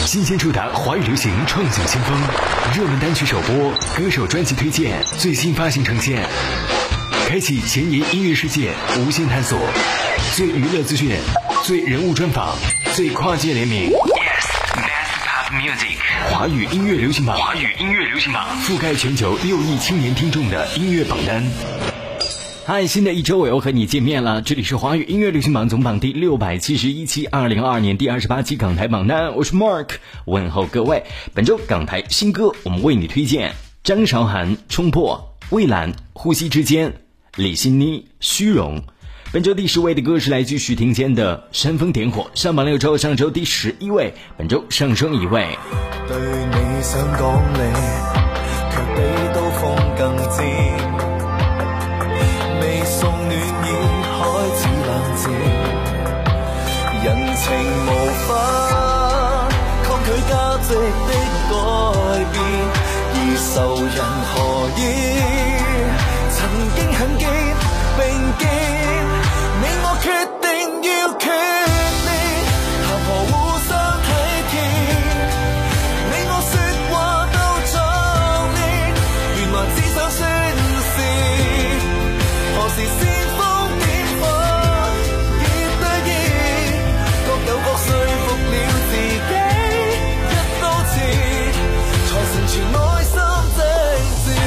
新鲜触达华语流行创新先锋，热门单曲首播，歌手专辑推荐，最新发行呈现，开启前沿音乐世界无限探索，最娱乐资讯，最人物专访，最跨界联名。Yes, Best Pop Music， 华语音乐流行榜，覆盖全球6亿青年听众的音乐榜单。嗨，新的一周我又和你见面了，这里是华语音乐流行榜总榜第671期，2022年第28期港台榜单，我是 Mark， 问候各位。本周港台新歌，我们为你推荐张韶涵《冲破》，蔚蓝《呼吸之间》，李心妮《虚荣》。本周第10位的歌是来自许廷铿的《煽风点火》，上榜6周，上周第11位，本周上升1位。 對你想講你，卻比刀鋒更尖。未送暖已開始冷戰，人情無法抗拒價值的改變，而仇人何以曾經很堅並肩，你我決定要決裂，談何互相體貼，你我說話都壯烈，原來只想宣泄，何時煽風點火亦得意，各有各說服了自己，一刀切才成全內心正字。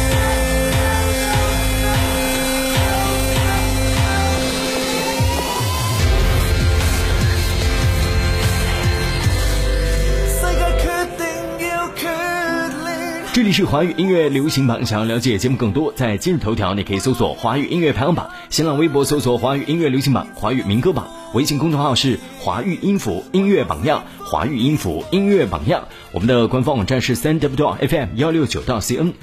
这里是华语音乐流行榜，想要了解节目更多，在今日头条你可以搜索华语音乐排行榜，新浪微博搜索华语音乐流行榜、华语民歌榜，微信公众号是华语音符音乐榜样，华语音符音乐榜样。我们的官方网站是 3w.fm169.cn，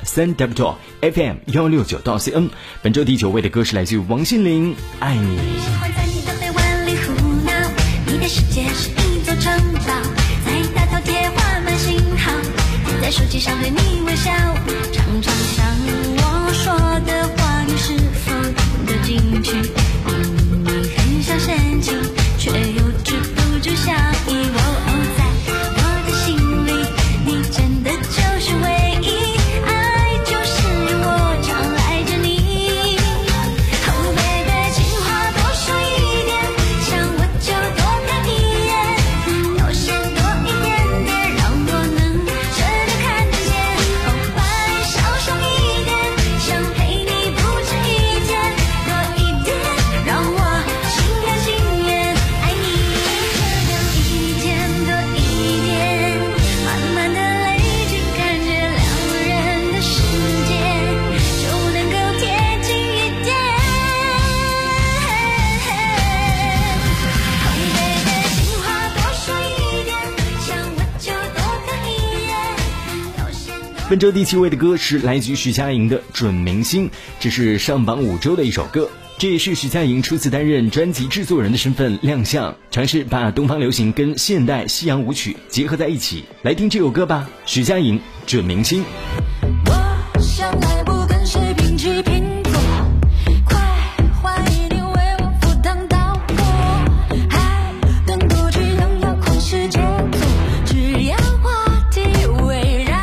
3w.fm169.cn。 本周第9位的歌是来自于王心凌，爱你。 喜欢在你的臂弯里胡闹，你的世界是一座城堡，在大头贴画满信号，在手机上对你微笑，常常想我说的话你是否听得进去，明明很想煽情，却又止不住笑意。在我的心里，你真的就是唯一，爱就是我常爱着你。Oh baby， 情话多说一点，想我就多看一眼，表现多一点点，让我能真的看得见。Oh bye， 少说一点，想陪你不止一天，多一点，让我心甘情愿爱你。一天多一点，慢慢的累积，感觉两人的世界就能够贴近一点。Oh baby， 情话多说一点，想我就多看一眼，表现多。 本周第7位的歌是来自于徐佳莹的《准明星》，这是上榜5周的一首歌，这也是徐佳莹初次担任专辑制作人的身份亮相，尝试把东方流行跟现代西洋舞曲结合在一起。来听这首歌吧，徐佳莹《准明星》。 我想来不跟谁平起平坐，快快一点为我赴汤蹈火，还等不及拥有旷世杰作，只要话题围绕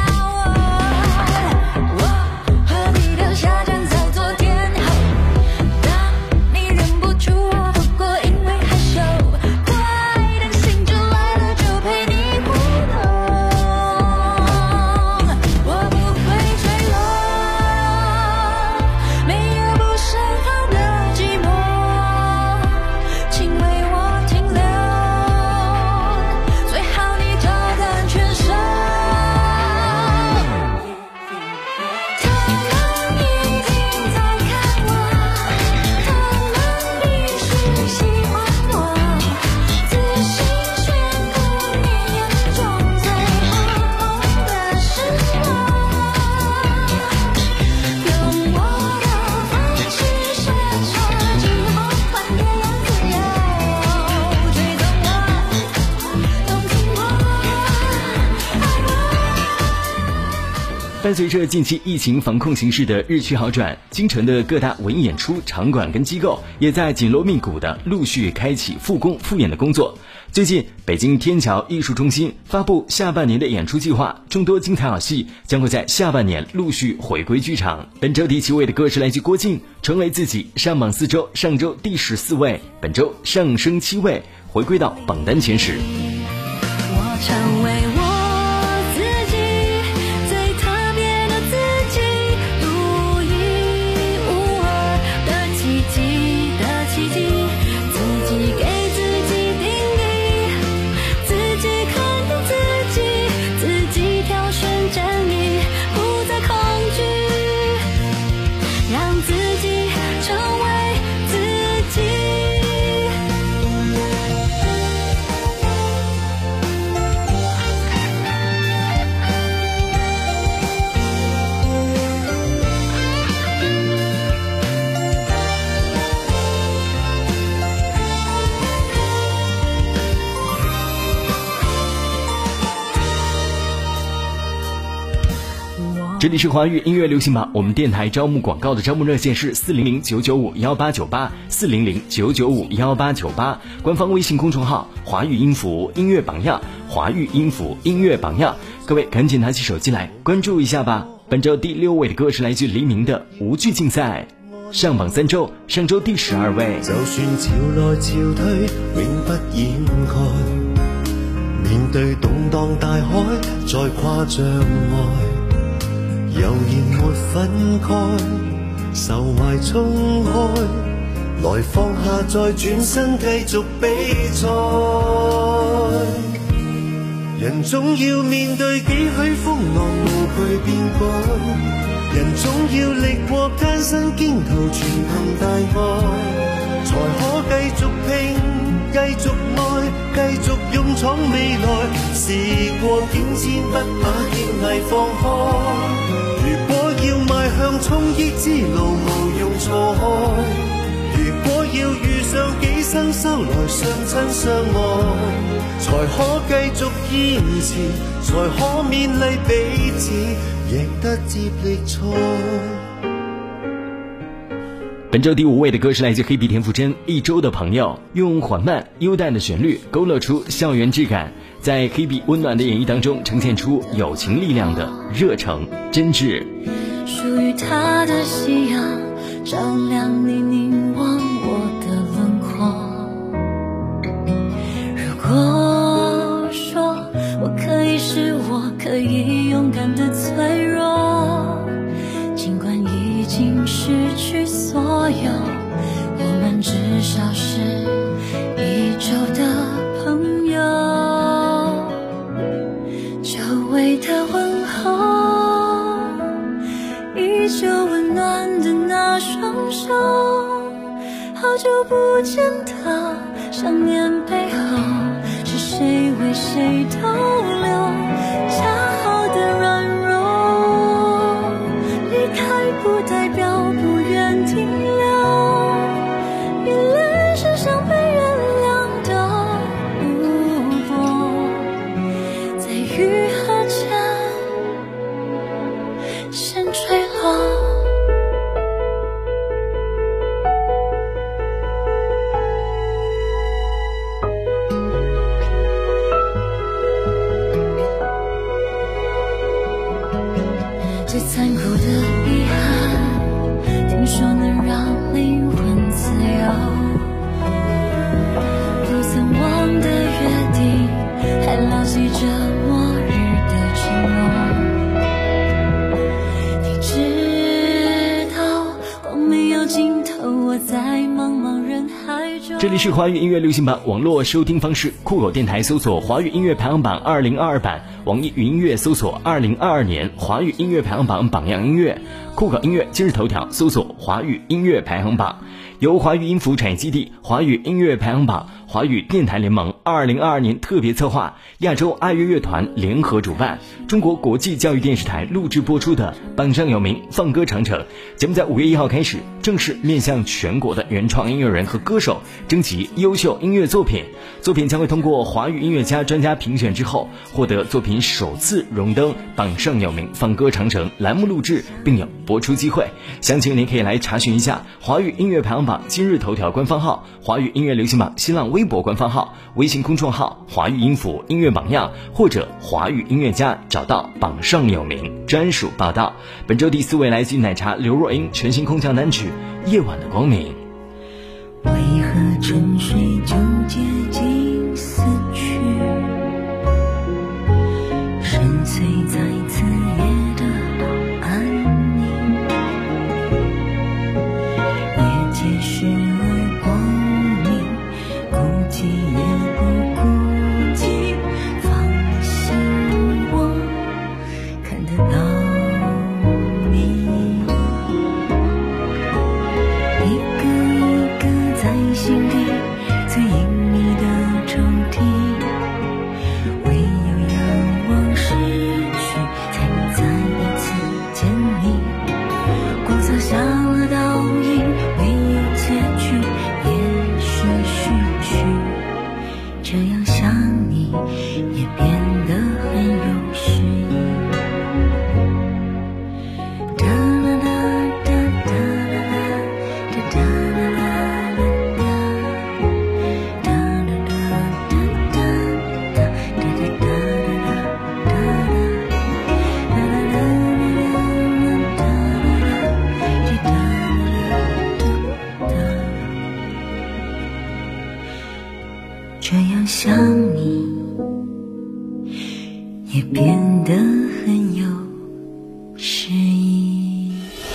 我和你的下站在昨天后，当你认不出我，不过因为害羞，快等兴致来了就陪你互动，我不会坠落，没有不深好的寂寞，请为我停留，最好你照单全收。他们已经在看我，他们必须喜欢我，自信宣布你眼中最红的是我，用我的方式闪烁，之后换别样自由，追踪我，动听我，爱我。 伴随着近期疫情防控形势的日趋好转，京城的各大文艺演出场馆跟机构也在紧锣密鼓的陆续开启复工复演的工作。 最近，北京天桥艺术中心发布下半年的演出计划，众多精彩好戏将会在下半年陆续回归剧场。本周第7位的歌是来自郭靖，成为自己上榜4周，上周第14位，本周上升7位，回归到榜单前10。 我成为我自己，最特别的自己，独一无二的奇迹的奇迹，自己给自己定义，自己肯定自己，自己挑选正义，不再恐惧，让自己成为自己。 这里是华语音乐流行榜，我们电台招募广告的招募热线是400-995-1898 400-995-1898，官方微信公众号华语音符音乐榜样，华语音符音乐榜样，各位赶紧拿起手机来关注一下吧。本周第6位的歌是来自黎明的无惧竞赛，上榜3周，上周第12位。 就算潮來潮退永不掩蓋，面對動盪大海再跨障礙，悠然沒分開，愁懷衝開，來放下再轉身繼續比賽。人總要面對幾許風浪無懼變改，人總要歷過艱辛驚途全憑大愛，才可繼續拼，繼續愛，繼續勇闖未來。時過境遷，不把堅毅放開。如果要邁向衝擊之路，無用錯開。如果要遇上幾生修來相親相愛，才可繼續堅持，才可勉勵彼此，贏得接力賽。 本周第5位的歌是来自黑皮田馥甄，一周的朋友，用缓慢幽淡的旋律勾勒出校园质感，在黑皮温暖的演绎当中呈现出友情力量的热诚真挚。 属于他的夕阳照亮你凝望我的轮廓，如果说我可以是我可以勇敢的脆弱，尽管已经失去所有，我们至少是一周的朋友。久违的问候，依旧温暖的那双手，好久不见的想念背后，是谁为谁逗留，恰好的软弱，离开不代表不愿停留，眼泪是想被原谅的路过，在愈合前先坠落。最残酷的遗憾，听说能让灵魂自由，不曾忘的约定，还牢记着末日的承诺。你知道光没有尽头，我在茫茫人海中。 这里是华语音乐流行榜网络收听方式，酷狗电台搜索华语音乐排行榜2022版，网易云音乐搜索2022年华语音乐排行榜榜样音乐，酷狗音乐今日头条搜索华语音乐排行榜，由华语音符产业基地、华语音乐排行榜、华语电台联盟2022年特别策划，亚洲爱乐乐团联合主办，中国国际教育电视台录制播出的榜上有名放歌长城节目，在5月1号开始正式面向全国的原创音乐人和歌手征集优秀音乐作品，作品将会通过华语音乐家专家评选之后，获得作品首次荣登榜上有名放歌长城栏目录制并有播出机会。详情您可以来查询一下华语音乐排行榜榜今日头条官方号、华语音乐流行榜新浪微博官方号、微信公众号华语音符音乐榜样或者华语音乐家找到榜上有名专属报道。本周第4位来自于奶茶刘若英全新空降单曲《夜晚的光明》。 为何沉睡就接近死去，深邃在此夜的安宁，也解释了光明，孤寂也不孤寂，放心我看得到你，一个一个在心底最隐秘的抽屉，唯有仰望逝去，才能再一次见你。光洒下了倒影，没有结局，也是序曲。这样想你，也变得很有诗意。哒啦啦哒哒啦啦哒哒啦啦啦哒，哒啦啦哒哒哒哒哒哒啦啦哒啦，啦啦啦啦啦哒啦啦，哒哒啦啦哒。这样想你，也变得很有诗意。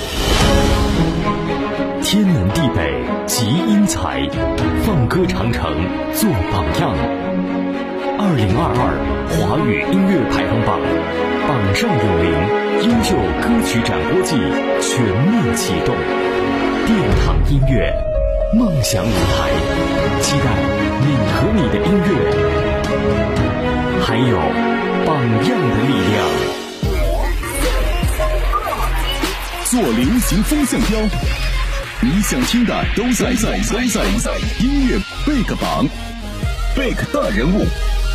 天南地北集英才，放歌长城做榜样。2022华语音乐排行榜榜上有名，优秀歌曲展播季全面启动，殿堂音乐梦想舞台，期待你和你的音乐，还有榜样的力量。 做流行风向标，你想听的都在音乐贝克榜，贝克大人物。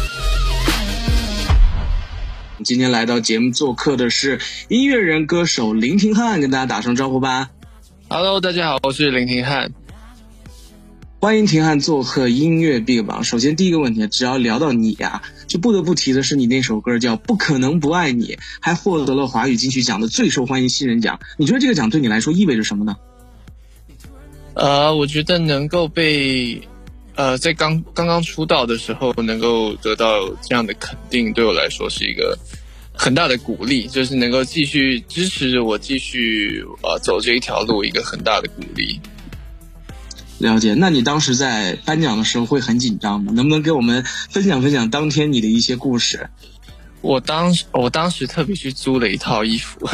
今天来到节目做客的是音乐人歌手林廷汉，跟大家打声招呼吧。 Hello， 大家好，我是林廷汉。 欢迎廷汉做客音乐 Big 榜。首先第一个问题，只要聊到你呀，就不得不提的是你那首歌叫《不可能不爱你》，还获得了华语金曲奖的最受欢迎新人奖。你觉得这个奖对你来说意味着什么呢？ 我觉得能够被在刚刚出道的时候能够得到这样的肯定，对我来说是一个很大的鼓励，就是能够继续支持着我继续走这一条路，一个很大的鼓励。 了解。那你当时在颁奖的时候会很紧张吗？能不能给我们分享分享当天你的一些故事？ 我当时特别去租了一套衣服，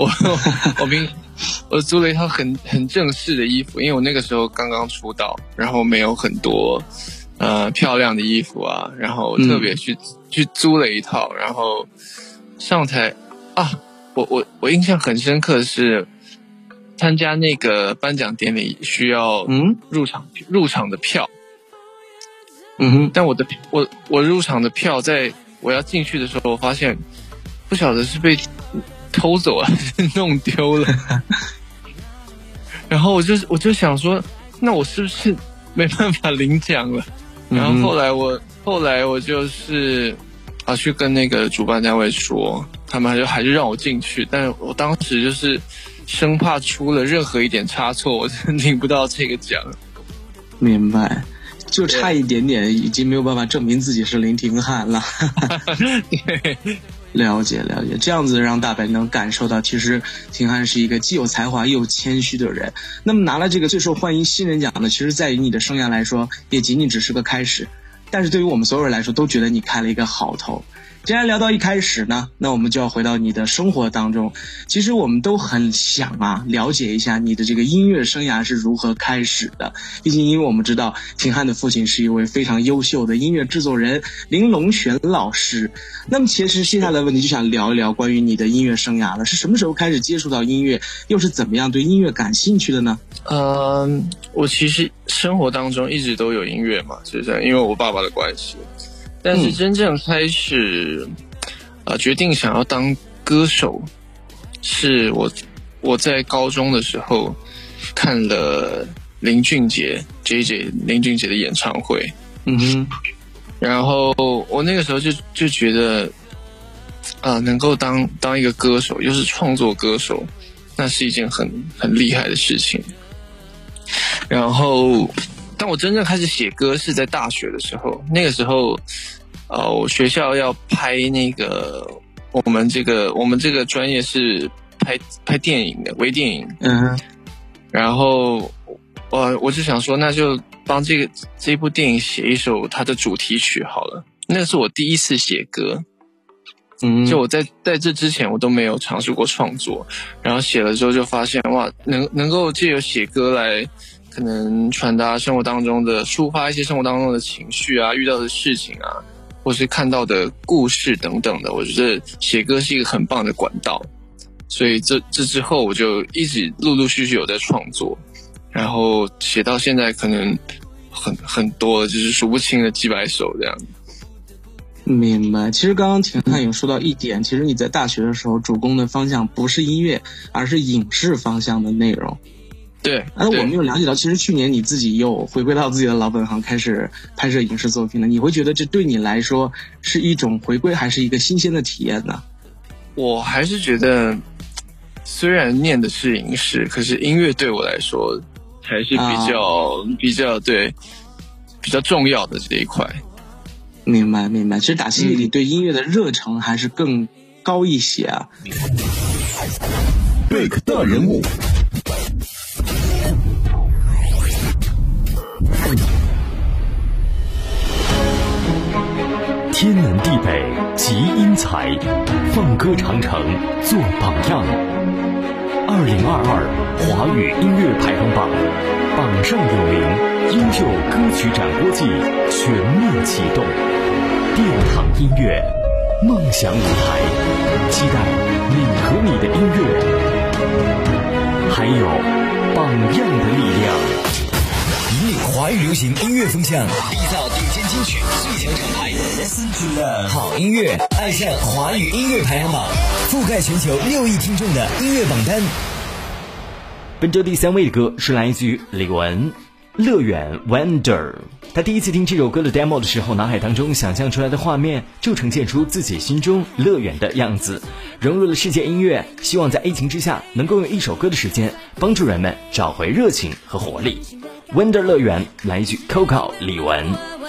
我租了一套很正式的衣服，因为我那个时候刚刚出道，然后没有很多漂亮的衣服啊，然后我特别去租了一套，然后上台啊，我印象很深刻的是参加那个颁奖典礼需要入场的票，但我入场的票在我要进去的时候，我发现不晓得是被偷走了还是弄丢了，然后我就想说，那我是不是没办法领奖了？然后后来我就是去跟那个主办单位说，他们还是让我进去，但我当时就是生怕出了任何一点差错，我就领不到这个奖。 明白，就差一点点，已经没有办法证明自己是林廷汉了。 对， 了解，这样子让大白能感受到，其实廷汉是一个既有才华又谦虚的人。那么拿了这个最受欢迎新人奖呢，其实在于你的生涯来说，也仅仅只是个开始。但是对于我们所有人来说，都觉得你开了一个好头。既然聊到一开始呢，那我们就要回到你的生活当中。其实我们都很想了解一下你的这个音乐生涯是如何开始的。毕竟因为我们知道廷汉的父亲是一位非常优秀的音乐制作人林龙璇老师。那么其实接下来的问题就想聊一聊关于你的音乐生涯了，是什么时候开始接触到音乐，又是怎么样对音乐感兴趣的呢？ 我其实生活当中一直都有音乐嘛，就是因为我爸爸的关系。但是真正开始决定想要当歌手，是我在高中的时候看了林俊杰 JJ 林俊杰的演唱会。然后我那个时候就觉得能够当一个歌手，又是创作歌手，那是一件很厉害的事情。然后当我真正开始写歌是在大学的时候，那个时候我学校要拍那个我们这个专业是拍电影的微电影。然后我就想说，那就帮这部电影写一首它的主题曲好了。那是我第一次写歌。就我在这之前我都没有尝试过创作，然后写了之后就发现哇，能够借由写歌来可能传达生活当中的，抒发一些生活当中的情绪啊，遇到的事情啊，或是看到的故事等等的。我觉得写歌是一个很棒的管道，所以这之后我就一直陆陆续续有在创作，然后写到现在可能很多，就是数不清的几百首这样。 明白。其实刚刚廷汉有说到一点，其实你在大学的时候主攻的方向不是音乐，而是影视方向的内容。 对。 我们有了解到，其实去年你自己又回归到自己的老本行，开始拍摄影视作品了。你会觉得这对你来说是一种回归，还是一个新鲜的体验呢？ 我还是觉得，虽然念的是影视，可是音乐对我来说还是比较重要的这一块。 明白。其实打心里对音乐的热诚还是更高一些啊。 贝克大人物， 天南地北集英才，放歌长城做榜样。2022华语音乐排行榜榜上有名，优秀歌曲展播季全面启动，殿堂音乐梦想舞台，期待你和你的音乐，还有榜样的力量。 引领华语流行音乐风向，缔造顶尖金曲最强厂牌，好音乐，爱上华语音乐排行榜，覆盖全球6亿听众的音乐榜单。 本周第3位的歌是来自于李玟，乐园 Wonder。 他第一次听这首歌的 demo 的时候，脑海当中想象出来的画面就呈现出自己心中乐园的样子，融入了世界音乐，希望在疫情之下能够用一首歌的时间帮助人们找回热情和活力。 Wonder 乐园来自 Coco 李玟。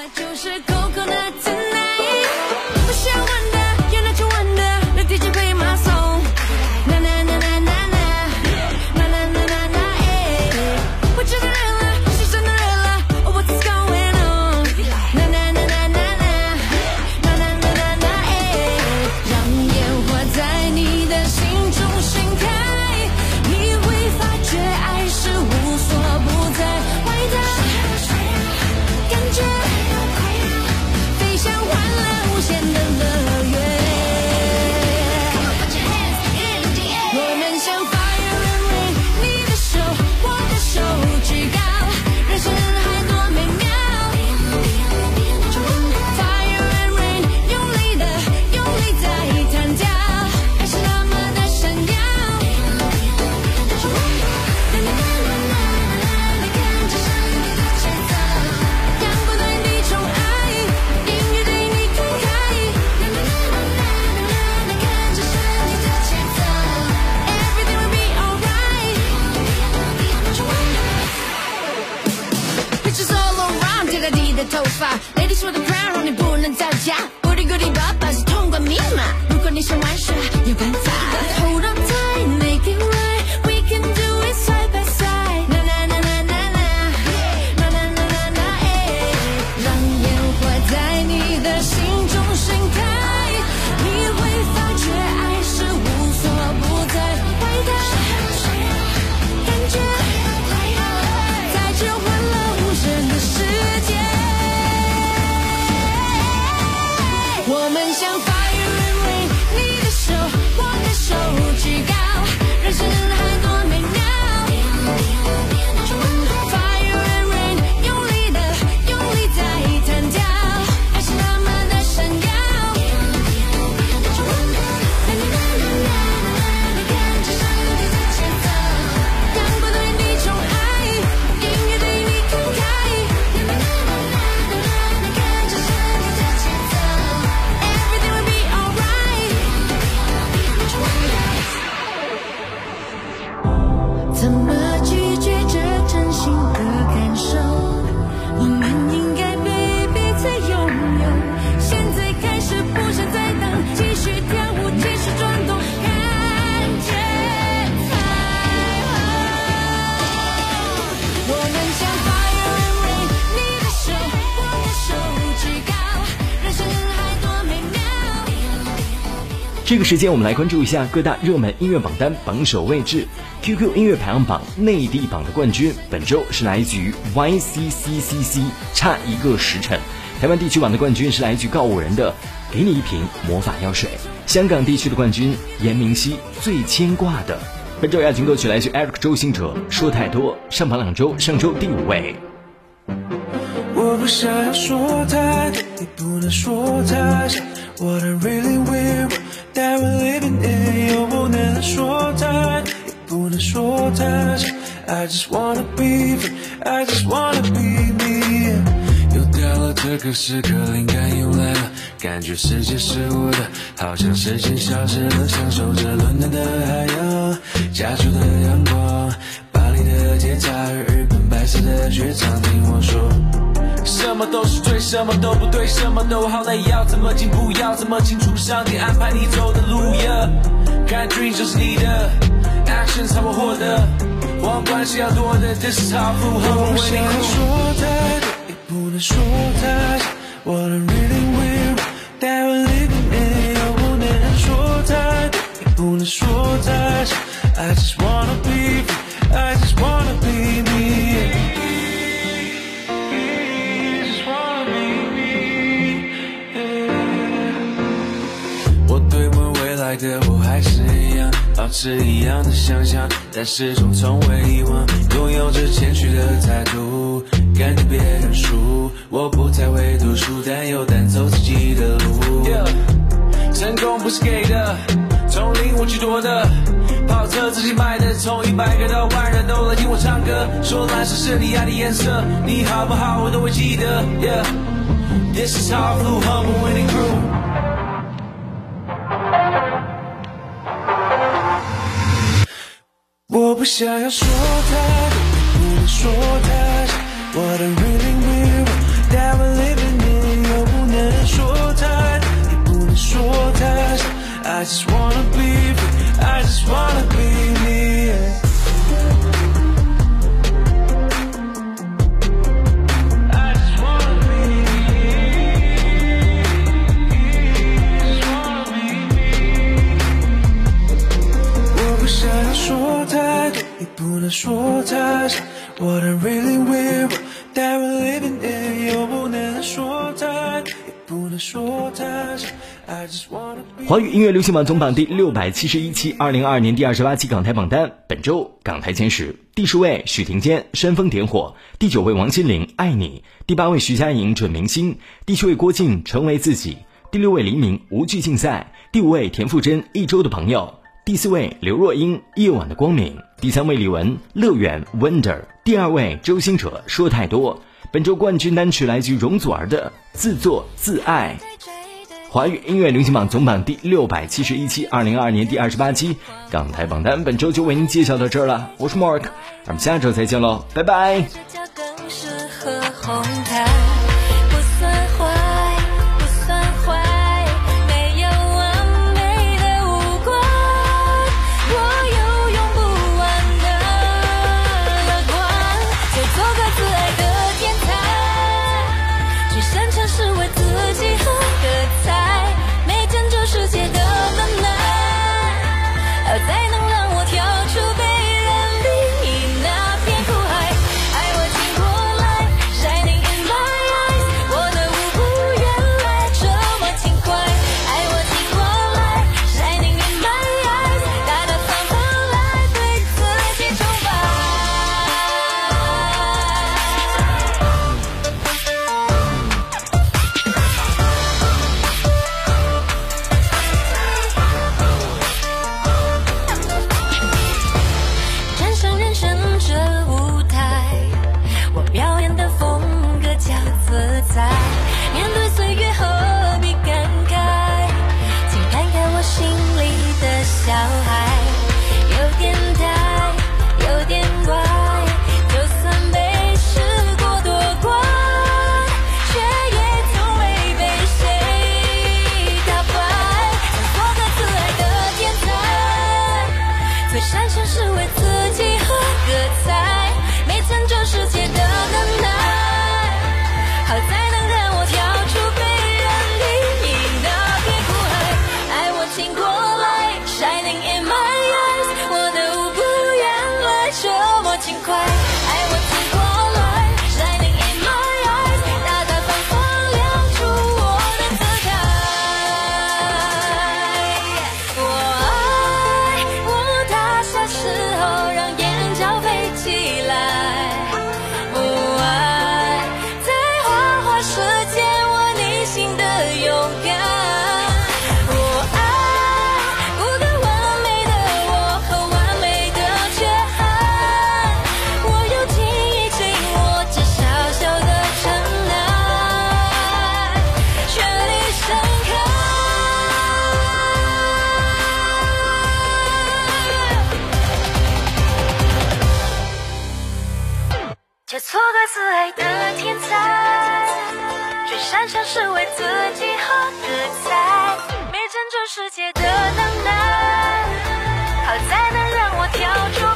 头发 Ladies 说的 crown 让你不能造假 Goody goody 爸爸是通关密码如果你想玩耍有办法 Hold on tight make it right We can do it side by side Na na na na na na Na na na na na让烟火在你的心中盛开你会发觉爱是无所不在外的感觉在这欢乐无声的世界我们像 fire and rain 你的手我的这个时间我们来关注一下各大热门音乐榜单榜首位置。 QQ 音乐排行榜内地榜的冠军本周是来自于 YCCCC， 差一个时辰。台湾地区榜的冠军是来自于告五人的给你一瓶魔法药水。香港地区的冠军严明熙最牵挂的。本周亚军歌曲来自 Eric 周兴哲，说太多，上榜2周，上周第5位。 我不想要说太多，也不能说太少。What I really will that we're living in， 又不能说太多，也不能说太少。I just wanna be free， I just wanna be me。又到了这个时刻，灵感又来了，感觉世界是我的，好像时间消失了，享受着温暖的海洋，加州的阳光，巴黎的铁塔，日本白色的雪场，听我说。什么都是对，什么都不对，什么都好累，要怎么进步，要怎么清楚上帝安排你走的路 yeah， 看 dream 就是你的 action 才会获得，我关系要多的 this is how flew home when it cool。 说太多也不能说太少， What I really will that we're living in， 又不能说太多也不能说太少， I just wanna be free， I just wanna be me。我还是一样，保持一样的想象，但始终从未遗忘，拥有着谦虚的态度，敢跟别人输。我不太会读书，但有胆走自己的路。成功不是给的，从零我去夺的，跑车自己买的，从100个到10000人都来听我唱歌。说蓝色是你爱的颜色，你好不好我都会记得。Yeah, this is how I flew home a winning crew。我不想要说太多，也不能说太少。What I really will that we're living in， 又不能说太多，也不能说太少。I just wanna be free， I just wanna be me。 I just wanna be me， just wanna be me。 我不想要说太多，也不能说太少。What I really will that we're living in， 又不能说太多，也不能说太少。I just wanna be。 华语音乐流行榜总榜第671期，2022年第28期港台榜单。本周港台前10，第10位许廷坚《煽风点火》，第9位王心凌《爱你》，第8位徐佳莹《准明星》，第7位郭靖《成为自己》，第6位黎明《无惧竞赛》，第5位田馥甄《一周的朋友》，第4位刘若英《夜晚的光明》，第3位李玟《乐园 Wonder》，第2位周兴哲《说太多》。本周冠军单曲来自于容祖儿的《自作自爱》。华语音乐流行榜总榜第671期，2022年第28期港台榜单，本周就为您介绍到这儿了。我是 Mark， 咱们下周再见喽，拜拜。 Shining in my 爱的天才，最擅长是为自己喝个彩，没拯救世界的能耐，好在能让我跳出